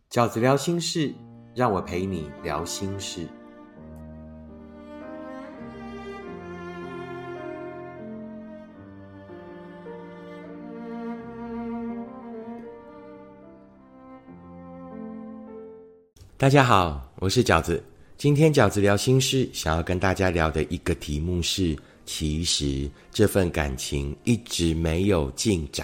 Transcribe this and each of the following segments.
饺子聊心事，让我陪你聊心事。大家好，我是饺子。今天饺子聊心事，想要跟大家聊的一个题目是，其实这份感情一直没有进展。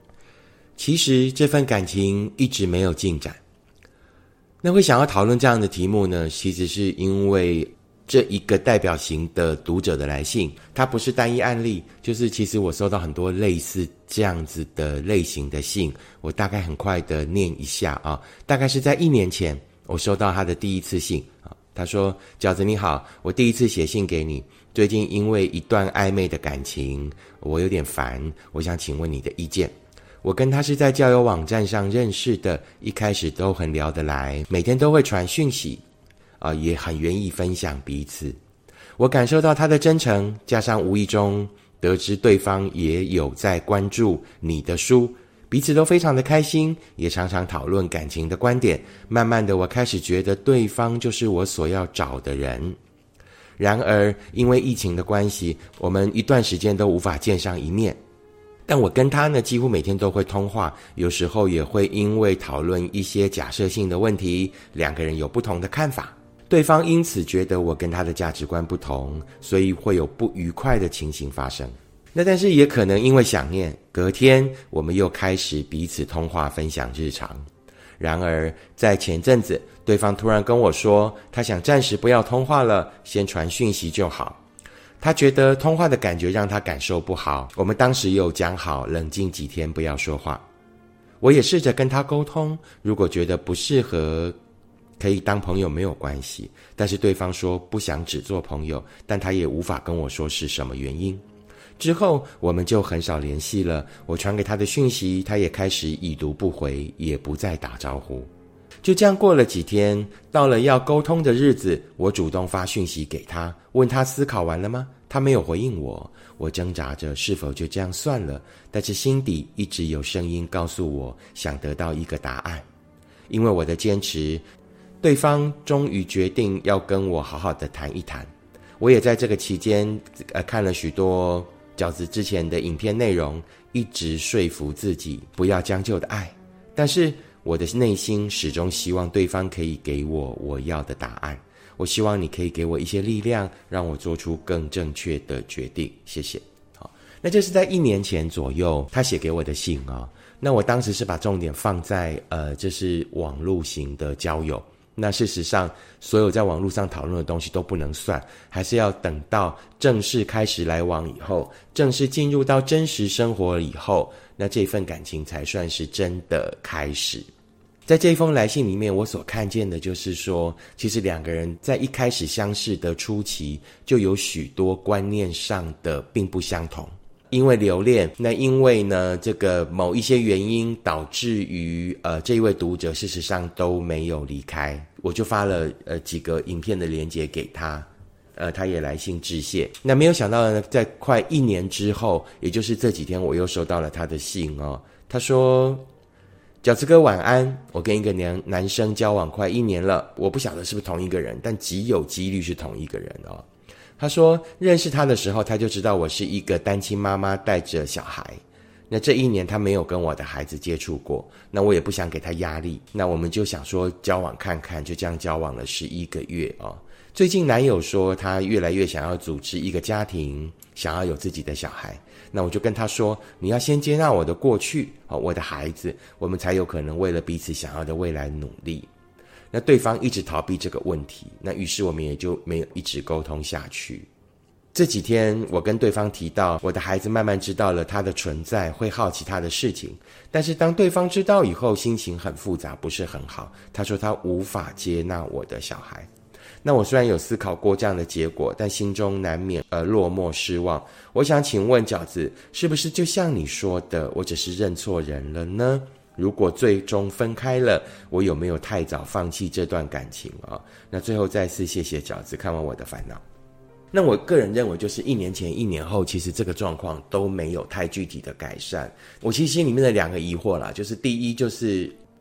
那会想要讨论这样的题目呢，其实是因为这一个代表型的读者的来信，它不是单一案例，就是其实我收到很多类似这样子的类型的信，我大概很快的念一下啊。大概是在1年前，我收到他的第一次信啊，他说：饺子你好，我第一次写信给你，最近因为一段暧昧的感情，我有点烦，我想请问你的意见。我跟他是在交友网站上认识的，一开始都很聊得来，每天都会传讯息也很愿意分享彼此。我感受到他的真诚，加上无意中得知对方也有在关注你的书，彼此都非常的开心，也常常讨论感情的观点。慢慢的，我开始觉得对方就是我所要找的人。然而因为疫情的关系，我们一段时间都无法见上一面，但我跟他呢几乎每天都会通话，有时候也会因为讨论一些假设性的问题，两个人有不同的看法，对方因此觉得我跟他的价值观不同，所以会有不愉快的情形发生。那但是也可能因为想念，隔天我们又开始彼此通话分享日常。然而在前阵子，对方突然跟我说，他想暂时不要通话了，先传讯息就好。他觉得通话的感觉让他感受不好，我们当时有讲好冷静几天不要说话。我也试着跟他沟通，如果觉得不适合可以当朋友没有关系，但是对方说不想只做朋友，但他也无法跟我说是什么原因。之后我们就很少联系了，我传给他的讯息，他也开始已读不回，也不再打招呼。就这样过了几天，到了要沟通的日子，我主动发讯息给他，问他思考完了吗？他没有回应我，我挣扎着是否就这样算了，但是心底一直有声音告诉我，想得到一个答案。因为我的坚持，对方终于决定要跟我好好的谈一谈。我也在这个期间看了许多饺子之前的影片内容，一直说服自己不要将就的爱，但是我的内心始终希望对方可以给我要的答案。我希望你可以给我一些力量，让我做出更正确的决定，谢谢。好，那这是在1年前左右他写给我的信那我当时是把重点放在这是网络型的交友。那事实上所有在网络上讨论的东西都不能算，还是要等到正式开始来往以后，正式进入到真实生活以后，那这份感情才算是真的开始。在这封来信里面，我所看见的就是说，其实两个人在一开始相识的初期，就有许多观念上的并不相同。因为留恋，那因为呢这个某一些原因导致于这一位读者事实上都没有离开，我就发了几个影片的连结给他，他也来信致谢。那没有想到呢，在快1年之后，也就是这几天，我又收到了他的信他说：饺子哥晚安，我跟一个男生交往快1年了，我不晓得是不是同一个人，但极有几率是同一个人他说认识他的时候，他就知道我是一个单亲妈妈带着小孩。那这1年他没有跟我的孩子接触过，那我也不想给他压力，那我们就想说交往看看，就这样交往了11个月最近男友说他越来越想要组织一个家庭，想要有自己的小孩。那我就跟他说，你要先接纳我的过去我的孩子，我们才有可能为了彼此想要的未来努力。那对方一直逃避这个问题，那于是我们也就没有一直沟通下去。这几天我跟对方提到，我的孩子慢慢知道了他的存在，会好奇他的事情，但是当对方知道以后，心情很复杂，不是很好。他说他无法接纳我的小孩。那我虽然有思考过这样的结果，但心中难免落寞失望。我想请问饺子，是不是就像你说的，我只是认错人了呢？如果最终分开了，我有没有太早放弃这段感情那最后再次谢谢饺子看完我的烦恼。那我个人认为，就是1年前1年后，其实这个状况都没有太具体的改善。我其实心里面的2个疑惑啦，就是第一，就是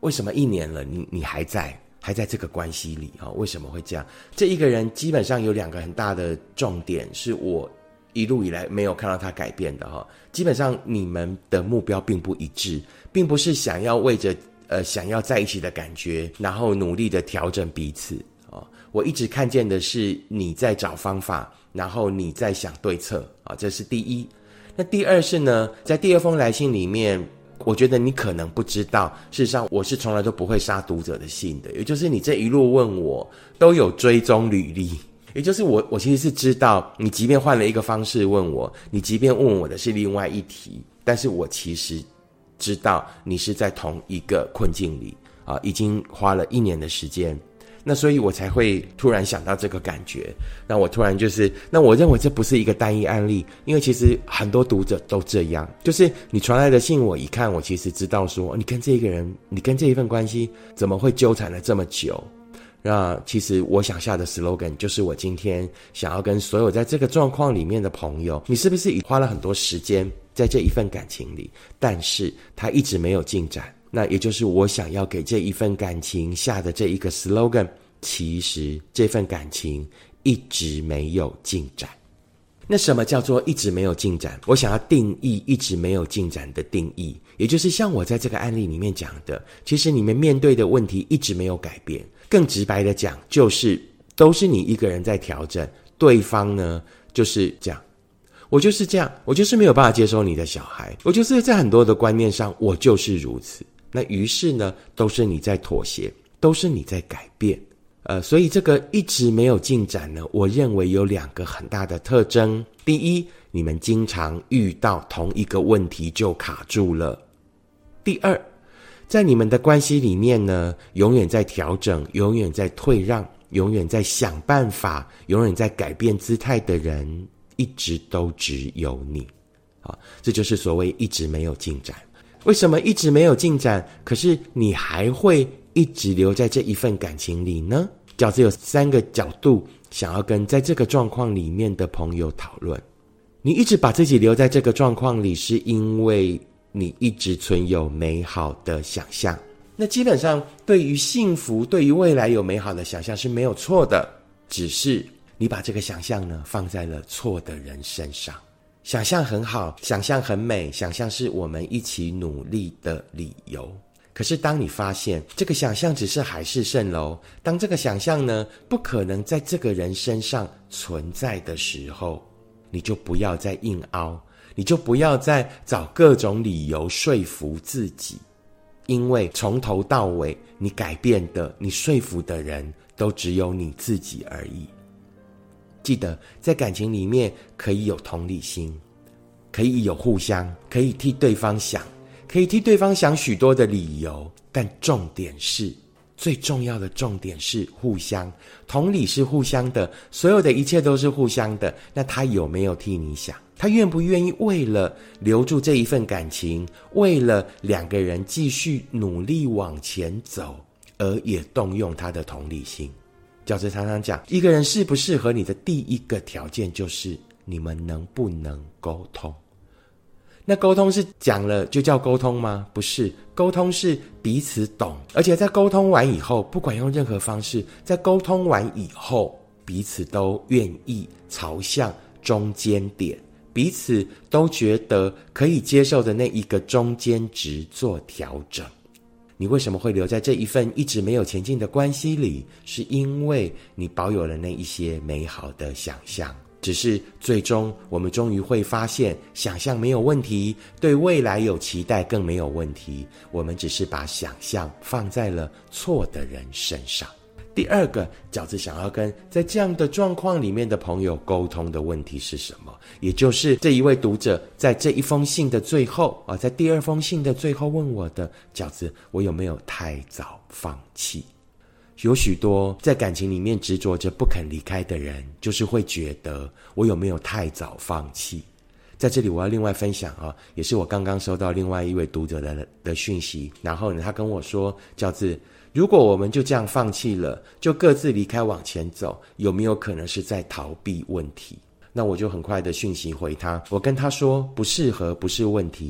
为什么1年了你还在这个关系里为什么会这样？这一个人基本上有2个很大的重点是我一路以来没有看到他改变的基本上你们的目标并不一致，并不是想要为着想要在一起的感觉，然后努力的调整彼此我一直看见的是你在找方法，然后你在想对策这是第一。那第二是呢，在第2封来信里面，我觉得你可能不知道，事实上我是从来都不会杀读者的信的，也就是你这一路问我都有追踪履历，也就是我其实是知道你即便换了一个方式问我，你即便问我的是另外一题，但是我其实知道你是在同一个困境里已经花了1年的时间。那所以我才会突然想到这个感觉，那我突然那我认为这不是一个单一案例，因为其实很多读者都这样，就是你传来的信我一看，我其实知道说你跟这一个人，你跟这一份关系怎么会纠缠了这么久。那其实我想下的 slogan 就是我今天想要跟所有在这个状况里面的朋友，你是不是花了很多时间在这一份感情里，但是它一直没有进展，那也就是我想要给这一份感情下的这一个 slogan， 其实这份感情一直没有进展。那什么叫做一直没有进展？我想要定义一直没有进展的定义，也就是像我在这个案例里面讲的，其实你们面对的问题一直没有改变，更直白的讲就是都是你一个人在调整，对方呢就是这样，我就是这样，我就是没有办法接受你的小孩，我就是在很多的观念上我就是如此。那于是呢都是你在妥协，都是你在改变。所以这个一直没有进展呢，我认为有2个很大的特征。第一，你们经常遇到同一个问题就卡住了。第二，在你们的关系里面呢，永远在调整，永远在退让，永远在想办法，永远在改变姿态的人一直都只有你这就是所谓一直没有进展。为什么一直没有进展，可是你还会一直留在这一份感情里呢？饺子有3个角度想要跟在这个状况里面的朋友讨论。你一直把自己留在这个状况里，是因为你一直存有美好的想象。那基本上对于幸福，对于未来有美好的想象是没有错的，只是你把这个想象呢放在了错的人身上。想象很好，想象很美，想象是我们一起努力的理由。可是当你发现这个想象只是海市蜃楼，当这个想象呢不可能在这个人身上存在的时候，你就不要再硬凹，你就不要再找各种理由说服自己，因为从头到尾你改变的，你说服的人都只有你自己而已。记得在感情里面可以有同理心，可以有互相，可以替对方想，可以替对方想许多的理由，但重点是，最重要的重点是互相。同理是互相的，所有的一切都是互相的，那他有没有替你想？他愿不愿意为了留住这一份感情，为了2个人继续努力往前走，而也动用他的同理心？饺子常常讲，一个人适不适合你的第一个条件就是你们能不能沟通。那沟通是讲了就叫沟通吗？不是，沟通是彼此懂，而且在沟通完以后，不管用任何方式，在沟通完以后，彼此都愿意朝向中间点，彼此都觉得可以接受的那一个中间值做调整。你为什么会留在这一份一直没有前进的关系里？是因为你保有了那一些美好的想象。只是最终我们终于会发现，想象没有问题，对未来有期待更没有问题，我们只是把想象放在了错的人身上。第2个，饺子想要跟在这样的状况里面的朋友沟通的问题是什么？也就是这一位读者在这一封信的最后在第2封信的最后问我的，饺子，我有没有太早放弃？有许多在感情里面执着着不肯离开的人，就是会觉得我有没有太早放弃。在这里我要另外分享也是我刚刚收到另外一位读者的讯息，然后呢他跟我说，饺子，如果我们就这样放弃了，就各自离开往前走，有没有可能是在逃避问题？那我就很快的讯息回他，我跟他说，不适合不是问题，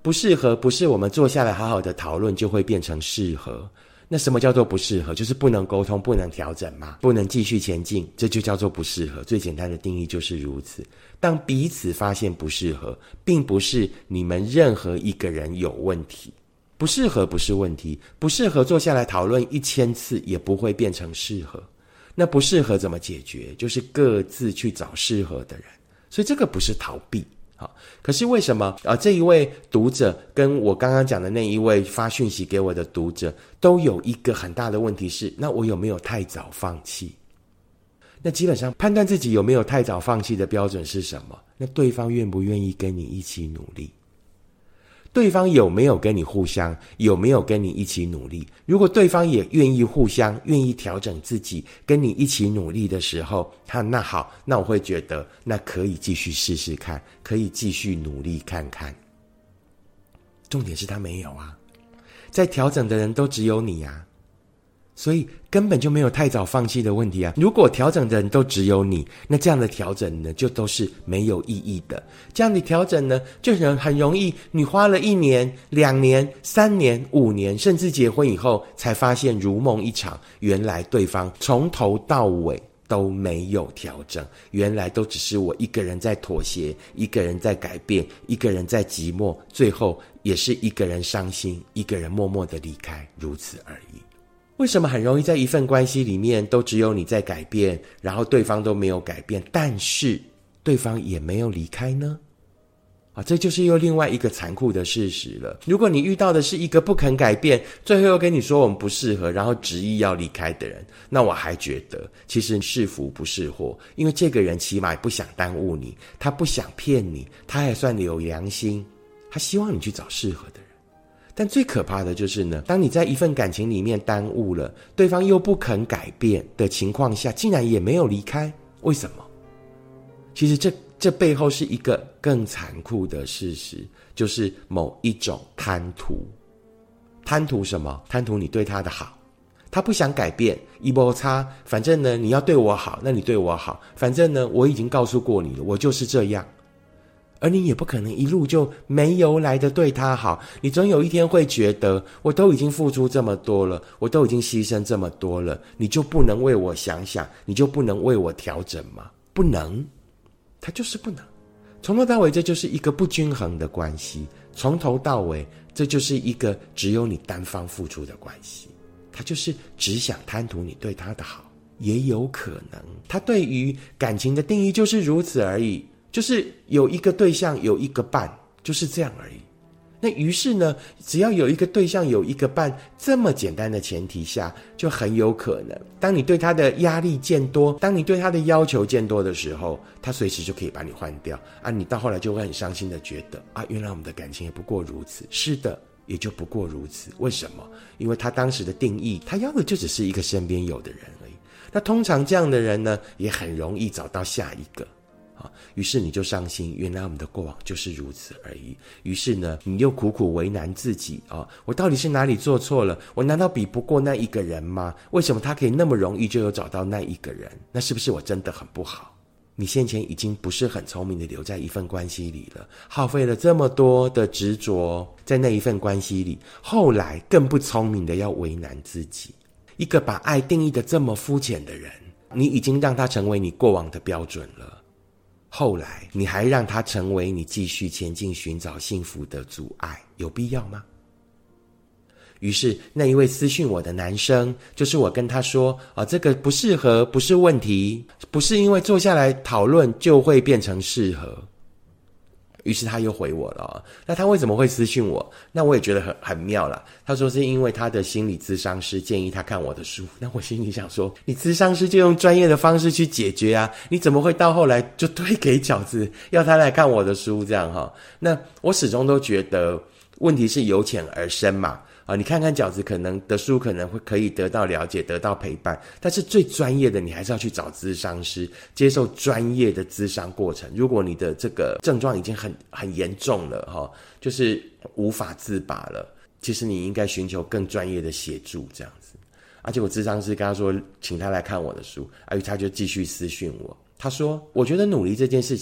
不适合不是我们坐下来好好的讨论就会变成适合。那什么叫做不适合？就是不能沟通，不能调整嘛，不能继续前进，这就叫做不适合。最简单的定义就是如此。当彼此发现不适合，并不是你们任何一个人有问题，不适合不是问题，不适合坐下来讨论1000次也不会变成适合。那不适合怎么解决？就是各自去找适合的人。所以这个不是逃避。可是为什么这一位读者跟我刚刚讲的那一位发讯息给我的读者都有一个很大的问题是，那我有没有太早放弃？那基本上判断自己有没有太早放弃的标准是什么？那对方愿不愿意跟你一起努力？对方有没有跟你互相，有没有跟你一起努力？如果对方也愿意互相，愿意调整自己，跟你一起努力的时候，那好，那我会觉得那可以继续试试看，可以继续努力看看。重点是他没有啊，在调整的人都只有你啊，所以根本就没有太早放弃的问题啊。如果调整的人都只有你，那这样的调整呢，就都是没有意义的。这样的调整呢，就很容易，你花了1年、2年、3年、5年，甚至结婚以后，才发现如梦一场，原来对方从头到尾都没有调整，原来都只是我一个人在妥协，一个人在改变，一个人在寂寞，最后也是一个人伤心，一个人默默的离开，如此而已。为什么很容易在一份关系里面都只有你在改变，然后对方都没有改变，但是对方也没有离开呢？这就是又另外一个残酷的事实了。如果你遇到的是一个不肯改变，最后又跟你说我们不适合，然后执意要离开的人，那我还觉得其实是福不是祸，因为这个人起码不想耽误你，他不想骗你，他还算有良心，他希望你去找适合的人。但最可怕的就是呢，当你在一份感情里面耽误了，对方又不肯改变的情况下，竟然也没有离开，为什么？其实这背后是一个更残酷的事实，就是某一种贪图。贪图什么？贪图你对他的好，他不想改变，一波差，反正呢你要对我好，那你对我好，反正呢我已经告诉过你了，我就是这样。而你也不可能一路就没由来的对他好，你总有一天会觉得，我都已经付出这么多了，我都已经牺牲这么多了，你就不能为我想想，你就不能为我调整吗？不能，他就是不能。从头到尾这就是一个不均衡的关系，从头到尾这就是一个只有你单方付出的关系，他就是只想贪图你对他的好。也有可能他对于感情的定义就是如此而已，就是有一个对象有一个伴，就是这样而已。那于是呢，只要有一个对象有一个伴，这么简单的前提下，就很有可能当你对他的压力渐多，当你对他的要求渐多的时候，他随时就可以把你换掉啊！你到后来就会很伤心的觉得啊，原来我们的感情也不过如此。是的，也就不过如此。为什么？因为他当时的定义，他要的就只是一个身边有的人而已。那通常这样的人呢，也很容易找到下一个。于是你就伤心，原来我们的过往就是如此而已。于是呢，你又苦苦为难自己我到底是哪里做错了？我难道比不过那一个人吗？为什么他可以那么容易就有找到那一个人？那是不是我真的很不好？你先前已经不是很聪明的留在一份关系里了，耗费了这么多的执着在那一份关系里，后来更不聪明的要为难自己。一个把爱定义的这么肤浅的人，你已经让他成为你过往的标准了，后来你还让他成为你继续前进寻找幸福的阻碍，有必要吗？于是那一位私讯我的男生，就是我跟他说这个不适合不是问题，不是因为坐下来讨论就会变成适合。于是他又回我了那他为什么会私讯我？那我也觉得很妙啦。他说是因为他的心理咨商师建议他看我的书。那我心里想说，你咨商师就用专业的方式去解决啊，你怎么会到后来就推给饺子要他来看我的书这样那我始终都觉得问题是由浅而深嘛你看看饺子可能的书可能会可以得到了解，得到陪伴，但是最专业的你还是要去找咨商师，接受专业的咨商过程。如果你的这个症状已经很严重了就是无法自拔了，其实你应该寻求更专业的协助这样子结果咨商师跟他说请他来看我的书他就继续私讯我，他说我觉得努力这件事情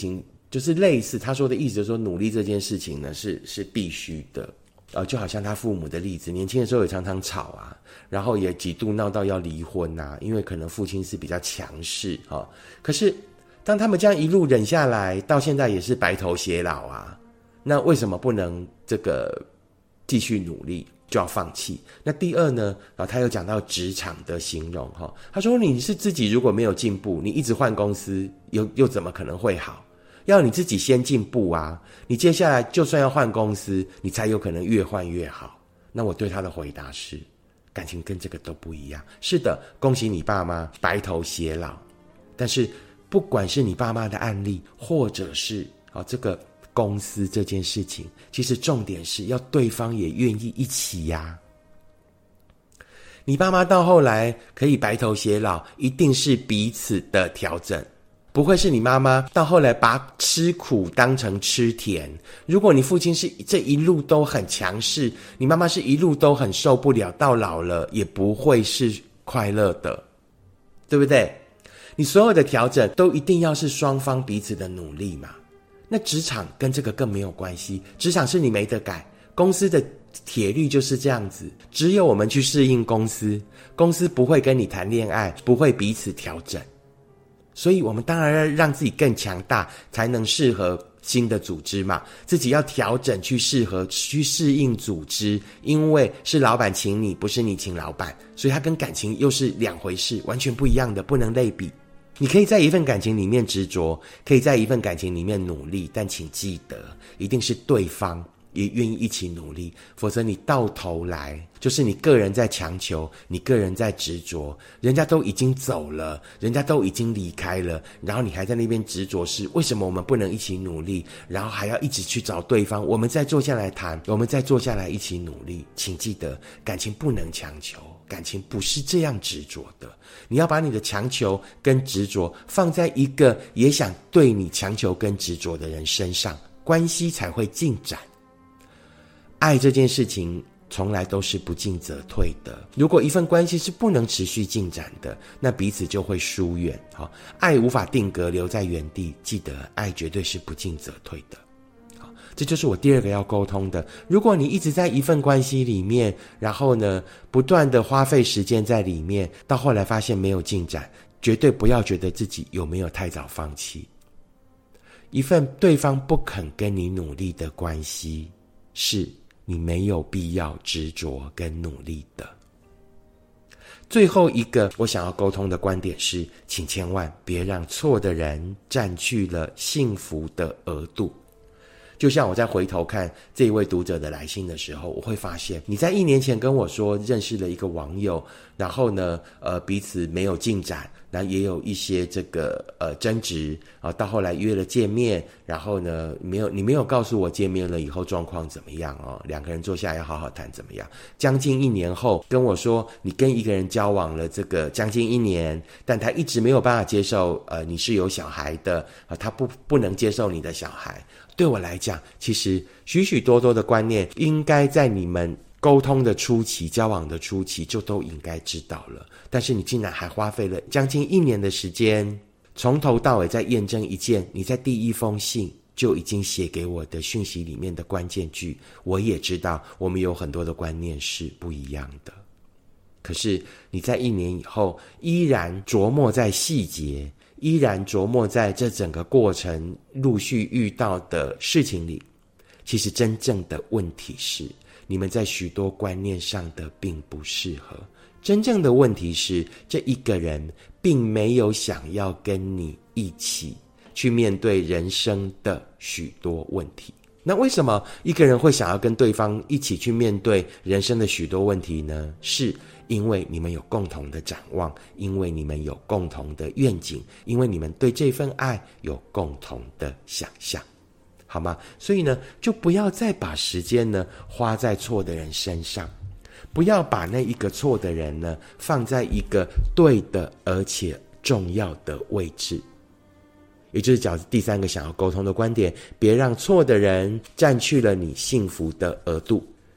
就是类似他说的意思，就是说努力这件事情呢是必须的。就好像他父母的例子，年轻的时候也常常吵啊，然后也几度闹到要离婚啊，因为可能父亲是比较强势啊。可是当他们这样一路忍下来，到现在也是白头偕老啊，那为什么不能这个继续努力就要放弃？那第二呢，他又讲到职场的形容哈，他说你是自己如果没有进步，你一直换公司，又怎么可能会好？要你自己先进步啊！你接下来就算要换公司，你才有可能越换越好。那我对他的回答是，感情跟这个都不一样。是的，恭喜你爸妈白头偕老，但是不管是你爸妈的案例，或者是这个公司这件事情，其实重点是要对方也愿意一起呀。你爸妈到后来可以白头偕老，一定是彼此的调整。不会是你妈妈到后来把吃苦当成吃甜。如果你父亲是这一路都很强势，你妈妈是一路都很受不了，到老了也不会是快乐的，对不对？你所有的调整都一定要是双方彼此的努力嘛。那职场跟这个更没有关系，职场是你没得改，公司的铁律就是这样子，只有我们去适应公司，公司不会跟你谈恋爱，不会彼此调整。所以我们当然要让自己更强大，才能适合新的组织嘛。自己要调整去适应组织，因为是老板请你，不是你请老板，所以它跟感情又是两回事，完全不一样的，不能类比。你可以在一份感情里面执着，可以在一份感情里面努力，但请记得，一定是对方也愿意一起努力，否则你到头来就是你个人在强求，你个人在执着，人家都已经走了，人家都已经离开了，然后你还在那边执着是为什么我们不能一起努力，然后还要一直去找对方，我们再坐下来谈，我们再坐下来一起努力。请记得，感情不能强求，感情不是这样执着的，你要把你的强求跟执着放在一个也想对你强求跟执着的人身上，关系才会进展。爱这件事情从来都是不进则退的，如果一份关系是不能持续进展的，那彼此就会疏远。爱无法定格留在原地，记得爱绝对是不进则退的。这就是我第二个要沟通的。如果你一直在一份关系里面，然后呢不断的花费时间在里面，到后来发现没有进展，绝对不要觉得自己有没有太早放弃。一份对方不肯跟你努力的关系，是你没有必要执着跟努力的。最后一个我想要沟通的观点是，请千万别让错的人占据了幸福的额度。就像我在回头看这一位读者的来信的时候，我会发现你在1年前跟我说认识了一个网友，然后呢彼此没有进展，然后也有一些这个争执，到后来约了见面，然后呢你没有告诉我见面了以后状况怎么样两个人坐下来要好好谈怎么样。将近1年后跟我说你跟一个人交往了这个将近1年，但他一直没有办法接受你是有小孩的，他不能接受你的小孩。对我来讲，其实许许多多的观念应该在你们沟通的初期，交往的初期就都应该知道了，但是你竟然还花费了将近1年的时间，从头到尾在验证一件你在第一封信就已经写给我的讯息里面的关键句。我也知道我们有很多的观念是不一样的，可是你在1年以后依然琢磨在细节，依然琢磨在这整个过程陆续遇到的事情里。其实真正的问题是你们在许多观念上的并不适合，真正的问题是这一个人并没有想要跟你一起去面对人生的许多问题。那为什么一个人会想要跟对方一起去面对人生的许多问题呢？是因为你们有共同的展望，因为你们有共同的愿景，因为你们对这份爱有共同的想象，好吗？所以呢，就不要再把时间呢花在错的人身上，不要把那一个错的人呢放在一个对的而且重要的位置。也就是讲第3个想要沟通的观点，别让错的人占据了你幸福的额度。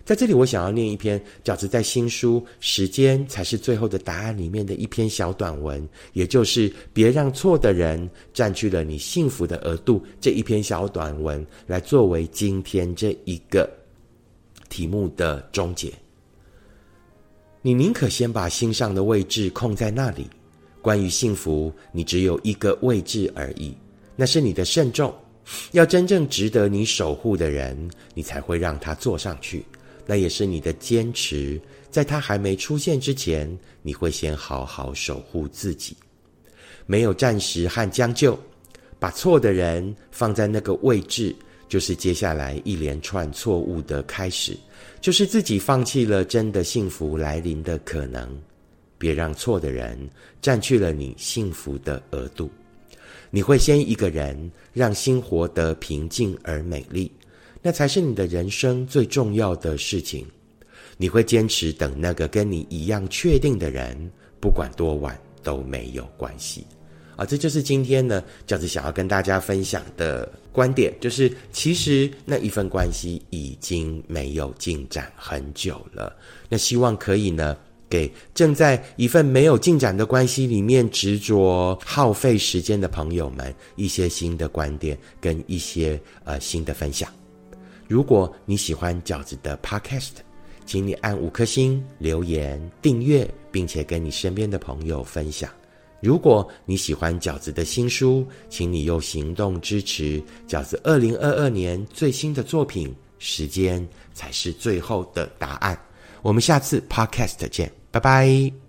在这里我想要念一篇饺子在新书《时间才是最后的答案》里面的一篇小短文，也就是别让错的人占据了你幸福的额度这一篇小短文，来作为今天这一个题目的终结。你宁可先把心上的位置空在那里，关于幸福，你只有一个位置而已，那是你的慎重。要真正值得你守护的人，你才会让他坐上去，那也是你的坚持。在他还没出现之前，你会先好好守护自己。没有暂时和将就，把错的人放在那个位置，就是接下来一连串错误的开始，就是自己放弃了真的幸福来临的可能。别让错的人占据了你幸福的额度。你会先一个人让心活得平静而美丽，那才是你的人生最重要的事情。你会坚持等那个跟你一样确定的人，不管多晚都没有关系。这就是今天呢饺子想要跟大家分享的观点，就是其实那一份关系已经没有进展很久了。那希望可以呢给正在一份没有进展的关系里面执着耗费时间的朋友们一些新的观点跟一些新的分享。如果你喜欢饺子的 Podcast， 请你按5颗星留言订阅，并且跟你身边的朋友分享。如果你喜欢饺子的新书，请你用行动支持饺子2022年最新的作品《时间才是最后的答案》。我们下次 Podcast 见，拜拜。